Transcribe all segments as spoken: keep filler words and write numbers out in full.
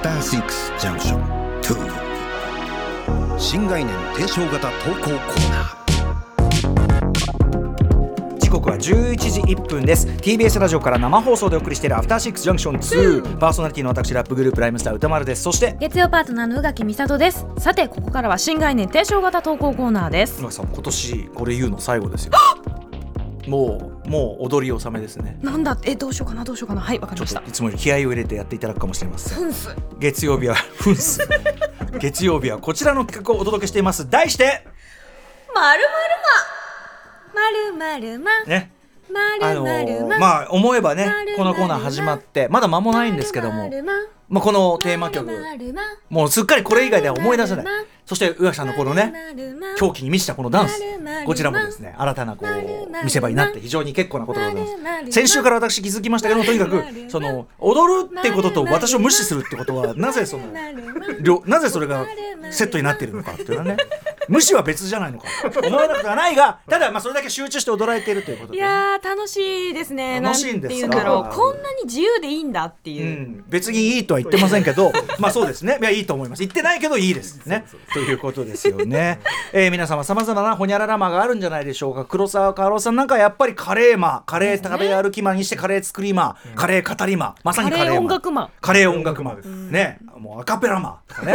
ターシックスジャンクションに新概念提唱型投稿コーナー。 時刻はじゅういちじいっぷんです。 ティービーエス ラジオから生放送でお送りしているアフターシックスジャンクションツー、パーソナリティの私ラップグループライムスター歌丸です。そして月曜パートナーの宇垣美里です。さてここからは新概念提唱型投稿コーナーです。 宇垣さん、今年これ言うの最後ですよ。もうもう踊り納めですね。 なんだえどうしようかなどうしようかなはいわかりました。 ちょっといつもより気合を入れてやっていただくかもしれません。 フンス月曜日はフンス月曜日はこちらの企画をお届けしています。題してまるまるままるまるまね、 まあのるまるまー、まあ思えばね、 まるこのコーナー始まってまだ間もないんですけども、 まるままあ、このテーマ曲まるまもうすっかりこれ以外では思い出せない。 まるまそして宇垣さんのこのねまるま狂気に満ちたこのダンス、 まるまるこちらもですね新たなこまるまるう見せ場になって非常に結構なことでございま。 まるます先週から私気づきましたけども、とにかくまるまるその踊るってことと私を無視するってことはなぜその両なぜそれがセットになっているのかっていうのはね、無視は別じゃないのか思わなくはないが、ただまあそれだけ集中して踊られているということで、 いやー楽しいですね。 楽しいんですか。 なんて言うんだろう、こんなに自由でいいんだっていう、 うん、別にいいとは言ってませんけどまあそうですね、いやいいと思います。言ってないけどいいですねということですよね。えー、皆様様々なホニャララマがあるんじゃないでしょうか。黒沢かおろさんなんかやっぱりカレーマカレー食べ歩きマにしてカレー作りマ、カレー語りマ、まさにカレーマ、 カレー音楽マカレー音楽マ、うん、ね、もうアカペラマとかね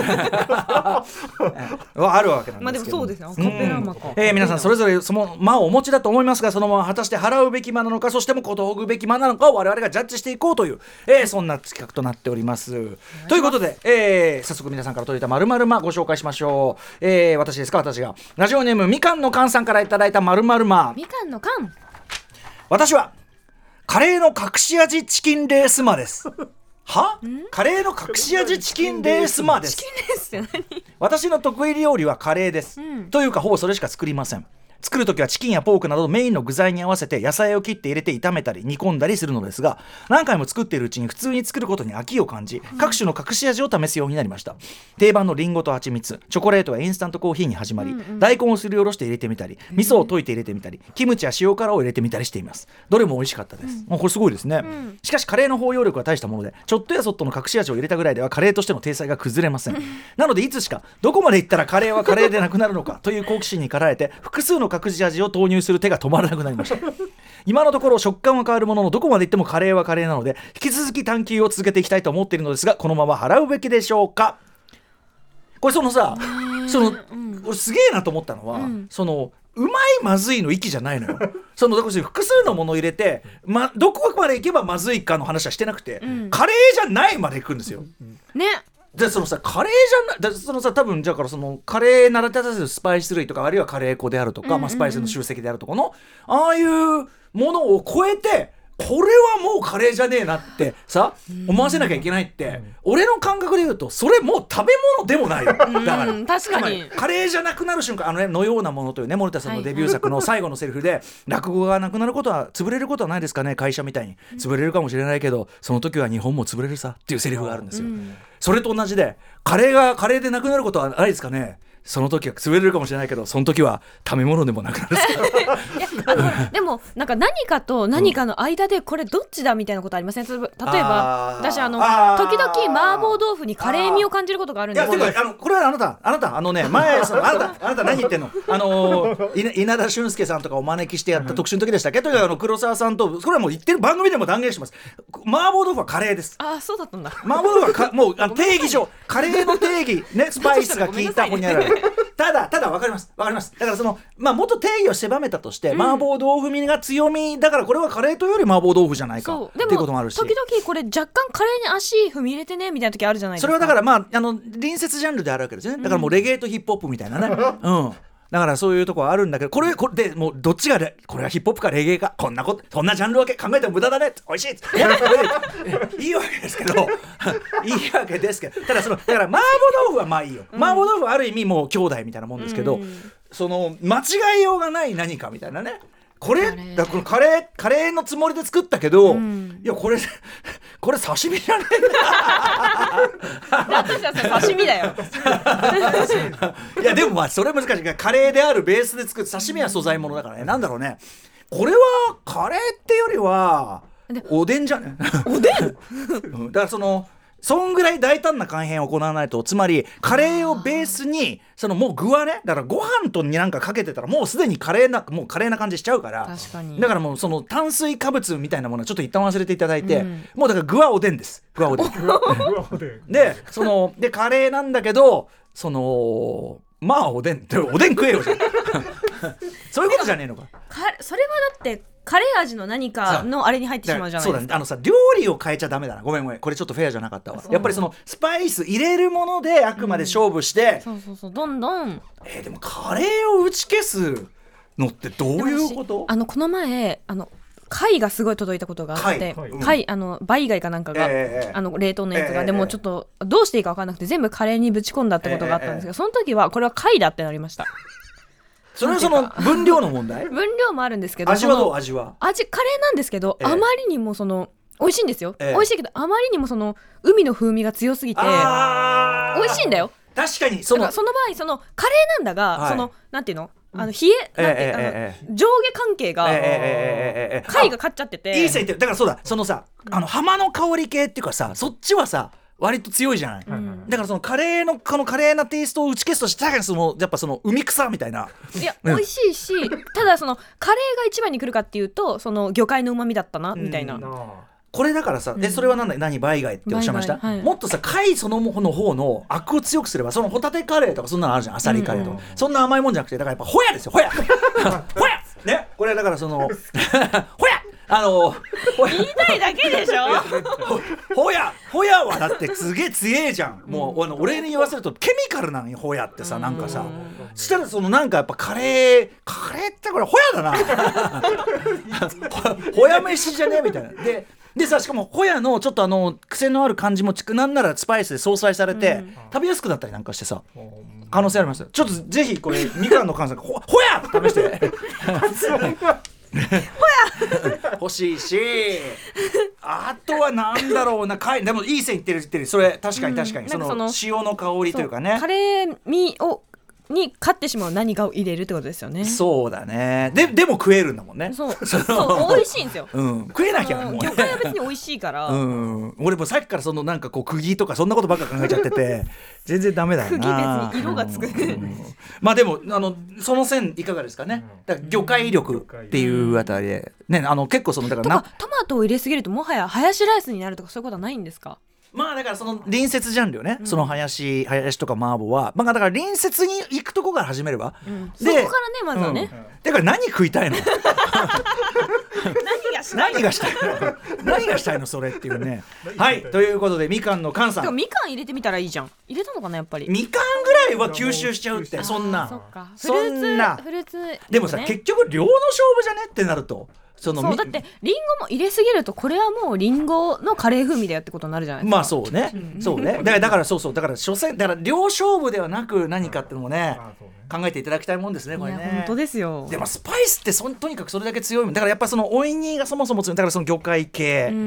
はあるわけなんですけど、 まあでもそうですよ、アカペラマか、 うん、えー、皆さんそれぞれその間をお持ちだと思いますが、そのまま果たして払うべき間なのか、そしてもことぐべき間なのかを我々がジャッジしていこうという、えー、そんな企画となっております。ということで、えー、早速皆さんから届いた〇〇間ご紹介しましょう。えー、私ですか私がラジオネームみかんのかんさんからいただいた〇〇間。 みかんのかん。 私はカレーの隠し味チキンレースマです。はカレーの隠し味チキンレースマです。 チキンレースって何？ 私の得意料理はカレーです、うん、というかほぼそれしか作りません。作るときはチキンやポークなどメインの具材に合わせて野菜を切って入れて炒めたり煮込んだりするのですが、何回も作っているうちに普通に作ることに飽きを感じ、各種の隠し味を試すようになりました。定番のリンゴと蜂蜜、チョコレートやインスタントコーヒーに始まり、うんうん、大根をすりおろして入れてみたり、味噌を溶いて入れてみたり、キムチや塩辛を入れてみたりしています。どれも美味しかったです、うん、もうこれすごいですね、うん、しかしカレーの包容力は大したもので、ちょっとやそっとの隠し味を入れたぐらいではカレーとしての体裁が崩れません、うん、なのでいつしかどこまでいったらカレーはカレーでなくなるのかという好奇心に駆られて複数の隠し味を投入する手が止まらなくなりました今のところ食感は変わるものの、どこまでいってもカレーはカレーなので引き続き探求を続けていきたいと思っているのですが、このまま払うべきでしょうか。これそのさ、その、うん、俺すげえなと思ったのは、うん、そのうまいまずいの域じゃないのよその複数のものを入れて、ま、どこまでいけばまずいかの話はしてなくて、うん、カレーじゃないまでいくんですよ、 ね。 でそのさカレーじゃないだそのさ多分じゃあからそのカレーなら立たせるスパイス類とか、あるいはカレー粉であるとか、うんうんうん、まあ、スパイスの集積であるとかのああいうものを超えて、これはもうカレーじゃねえなってさ思わせなきゃいけないって、うん、俺の感覚で言うとそれもう食べ物でもないよだから、 うん、確かにカレーじゃなくなる瞬間、あのねのようなものというね森田さんのデビュー作の最後のセリフで、はいはい、落語がなくなることは潰れることはないですかね、会社みたいに潰れるかもしれないけどその時は日本も潰れるさっていうセリフがあるんですよ、うん、それと同じでカレーがカレーでなくなることはないですかね、その時は潰れるかもしれないけどその時は食べ物でもなくなるいやあのでもなんか何かと何かの間でこれどっちだみたいなことありません？例えば私あの時々麻婆豆腐にカレー味を感じることがあるんです。 いやてかあのこれはあなたあなたあのね前そのあなたあなた何言ってんの、あの稲田俊介さんとかお招きしてやった特集の時でしたっけ、とにかくあの黒沢さんとこれはもう言ってる番組でも断言します。麻婆豆腐はカレーです。 ああそうだったんだ。 麻婆豆腐はかもうあの定義上カレーの定義ね、スパイスが効いたほにゃららただただ分かります分かります。だからそのまあもっと定義を狭めたとして、うん、麻婆豆腐味が強みだからこれはカレーというより麻婆豆腐じゃないかっていうこともあるし、 時々これ若干カレーに足踏み入れてねみたいな時あるじゃないですか。 それはだからまああの隣接ジャンルであるわけですね。だからもうレゲエとヒップホップみたいなね、うんだからそういうところあるんだけど、これこれでもうどっちがこれはヒップホップかレゲエか、こんなことそんなジャンル分け考えても無駄だね、おいしいいいわけですけどいいわけですけど、ただそのだから麻婆豆腐はまあいいよ、麻婆豆腐はある意味もう兄弟みたいなもんですけど、うん、その間違いようがない何かみたいなね、これだこのカレーカレーのつもりで作ったけど、うん、いやこれこれ刺身じゃねえんだだとしたら刺身だよいやでもまあそれ難しい。カレーであるベースで作る刺身は素材ものだからね、なんだろうね、これはカレーってよりはおでんじゃねおでんだからそのそんぐらい大胆な改変を行わないと、つまりカレーをベースにそのもう具はね、だからご飯とになんかかけてたらもうすでにカレーなもうカレーな感じしちゃうから、 確かにだからもうその炭水化物みたいなものはちょっと一旦忘れていただいて、 うん、 もうだから具はおでんです。具はおでんでそのでカレーなんだけど、そのまあおでんっておでん食えよじゃんそういうことじゃねえのか。 かそれはだってカレー味の何かのあれに入ってしまうじゃないですか。 そうだね、あのさ料理を変えちゃダメだな。ごめんごめん、これちょっとフェアじゃなかったわ。やっぱりそのスパイス入れるものであくまで勝負して、 うん、そうそうそうどんどん。 えー、でもカレーを打ち消すのってどういうこと？ あのこの前あの貝がすごい届いたことがあって、 貝、うん、 貝あのバイ貝かなんかが、えー、あの冷凍のやつが、えー、でもちょっとどうしていいか分からなくて全部カレーにぶち込んだってことがあったんですけど、えー、その時はこれは貝だってなりました。 それはその分量の問題分量もあるんですけど、 味はどう？味は味カレーなんですけど、えー、あまりにもその美味しいんですよ、 えー、 美味しいけどあまりにもその海の風味が強すぎて美味しいんだよ。 確かにそのその場合そのカレーなんだが、はい、そのなんていうのあの冷えなんて、えー、あの、えー、上下関係が、えー、貝が勝っちゃってていい線いってる。だからそうだ、そのさ、あの浜の香り系っていうかさ、そっちはさ割と強いじゃない、うん、だからそのカレーのこのカレーなテイストを打ち消すとして、確かにそのやっぱその海草みたいな、 いや、うん、美味しいし、ただそのカレーが一番に来るかっていうとその魚介の旨味だったな、うん、みたいな。 これだからさ、えそれは何だ、何バイ貝っておっしゃいました、はい、もっとさ貝そのもの方のアクを強くすれば、そのホタテカレーとかそんなのあるじゃん、アサリカレーとか、うんうん、そんな甘いもんじゃなくて、だからやっぱホヤですよ、ホヤホヤね、これだからそのホヤあの言いたいだけでしょホヤホヤはだってすげえ強えじゃん。もうあの俺に言わせるとケミカルなのよホヤってさ、なんかさ、そしたらそのなんかやっぱカレーカレーってこれホヤだなホヤ飯じゃねえみたいな。ででさ、しかもホヤのちょっとあの癖のある感じもなんならスパイスで相殺されて、うん、食べやすくなったりなんかしてさ、可能性あります。ちょっとぜひこれみかんの関さんホヤ試して欲しいし、あとはなんだろうな、かいでもいい線いってるいってる、それ確かに確かに、うん、そのその塩の香りというかね、 カレー味をに勝ってしまう何かを入れるってことですよね。 そうだね。ででも食えるんだもんね。 そうそう美味しいんですよ、 うん、食えなきゃもう、ね、 魚介は別に美味しいから、 うん、俺もさっきからそのなんかこう釘とかそんなことばっか考えちゃってて全然ダメだよな。 釘別に色がつく、うん、 まあでもあのその線いかがですかね。だから魚介力っていうあたりで、ね、あの結構そのだからなトマトを入れすぎるともはやハヤシライスになるとかそういうことはないんですか？ まあだからその隣接ジャンルよね、うん、その林林とか麻婆は、まあ、だから隣接に行くとこから始めれば、 うん、そこからねまずはね、うん、 だから何食いたいの何がしたいの何がしたいの何がしたいのそれっていうねはいということでみかんの菅さん、 みかん入れてみたらいいじゃん。入れたのかなやっぱり。 みかんぐらいは吸収しちゃうって、そんなそっかフルーツそんなフルーツ、ね、 でもさ結局量の勝負じゃねってなると、そのそうだってリンゴも入れすぎるとこれはもうリンゴのカレー風味だよってことになるじゃないですか。 まあそうね、うん、そうね。だからだからそうそうだから所詮だから量勝負ではなく何かっていうのもね、考えていただきたいもんですねこれね。 いや本当ですよ。 でもスパイスってそとにかくそれだけ強いもんだから、やっぱそのオイニーがそもそも強いだから、その魚介系、うん、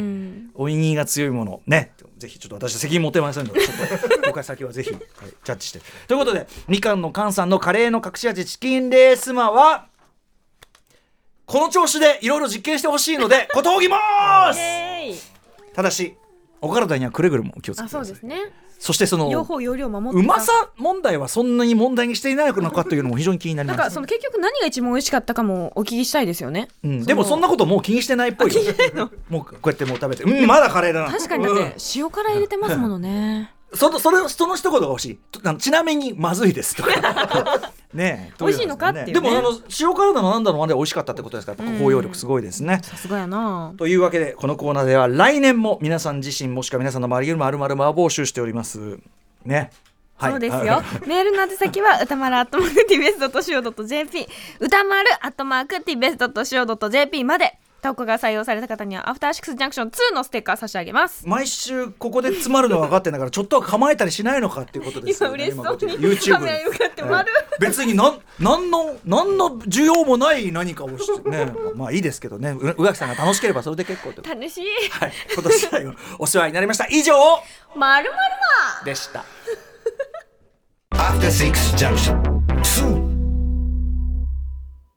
オイニーが強いものね、ぜひちょっと私責任持てませんのでちょっとここから先はぜひ、はい、ジャッジしてということで、みかんの菅さんのカレーの隠し味チキンレースマはこの調子でいろいろ実験してほしいので断りますただしお体にはくれぐれもお気をつけてください。あ、そうですね。そしてその両方容量守ってうまさ問題はそんなに問題にしていないのかというのも非常に気になります。 なんかその結局何が一番美味しかったかもお聞きしたいですよね、 うん、でもそんなこともう気にしてないっぽい。気にしてないのもうこうやってもう食べて、うん、まだカレーだな。 確かにだって塩辛入れてますものねそのそれその一言が欲しい。ちなみにまずいですとかねえ美味しいのかっていうね。 でもあの塩辛だのなんだのまで美味しかったってことですから、包容力すごいですね。 さすがやな。 というわけでこのコーナーでは来年も皆さん自身もしくは皆さんの周りよりもあるまるま募集しておりますね。 はい、そうですよメールの宛先は歌丸アットマーク ティービーエスドットシーオードットジェーピー 歌丸アットマーク ティービーエスドットシーオードットジェーピー まで。投稿が採用された方にはアフターシックスジャンクションツーのステッカー差し上げます。 毎週ここで詰まるのは分かってんだからちょっとは構えたりしないのかっていうことですよね。 今嬉しそうに YouTube カメラに向かって丸、 えー、別に何の何の需要もない何かをしてねまあいいですけどね、宇垣さんが楽しければそれで結構楽しい、 はい、今年最後お世話になりました。以上まるまるまでしたアフターシックスジャンクションツー。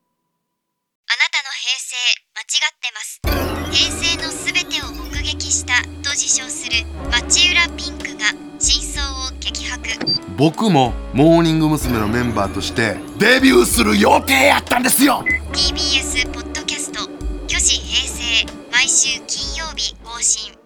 あなたの平成間違ってます。平成のすべてを目撃したと自称する町浦ピンクが真相を激白。 僕もモーニング娘。のメンバーとしてデビューする予定やったんですよ。 ティービーエス ポッドキャスト「虚子平成」毎週金曜日更新。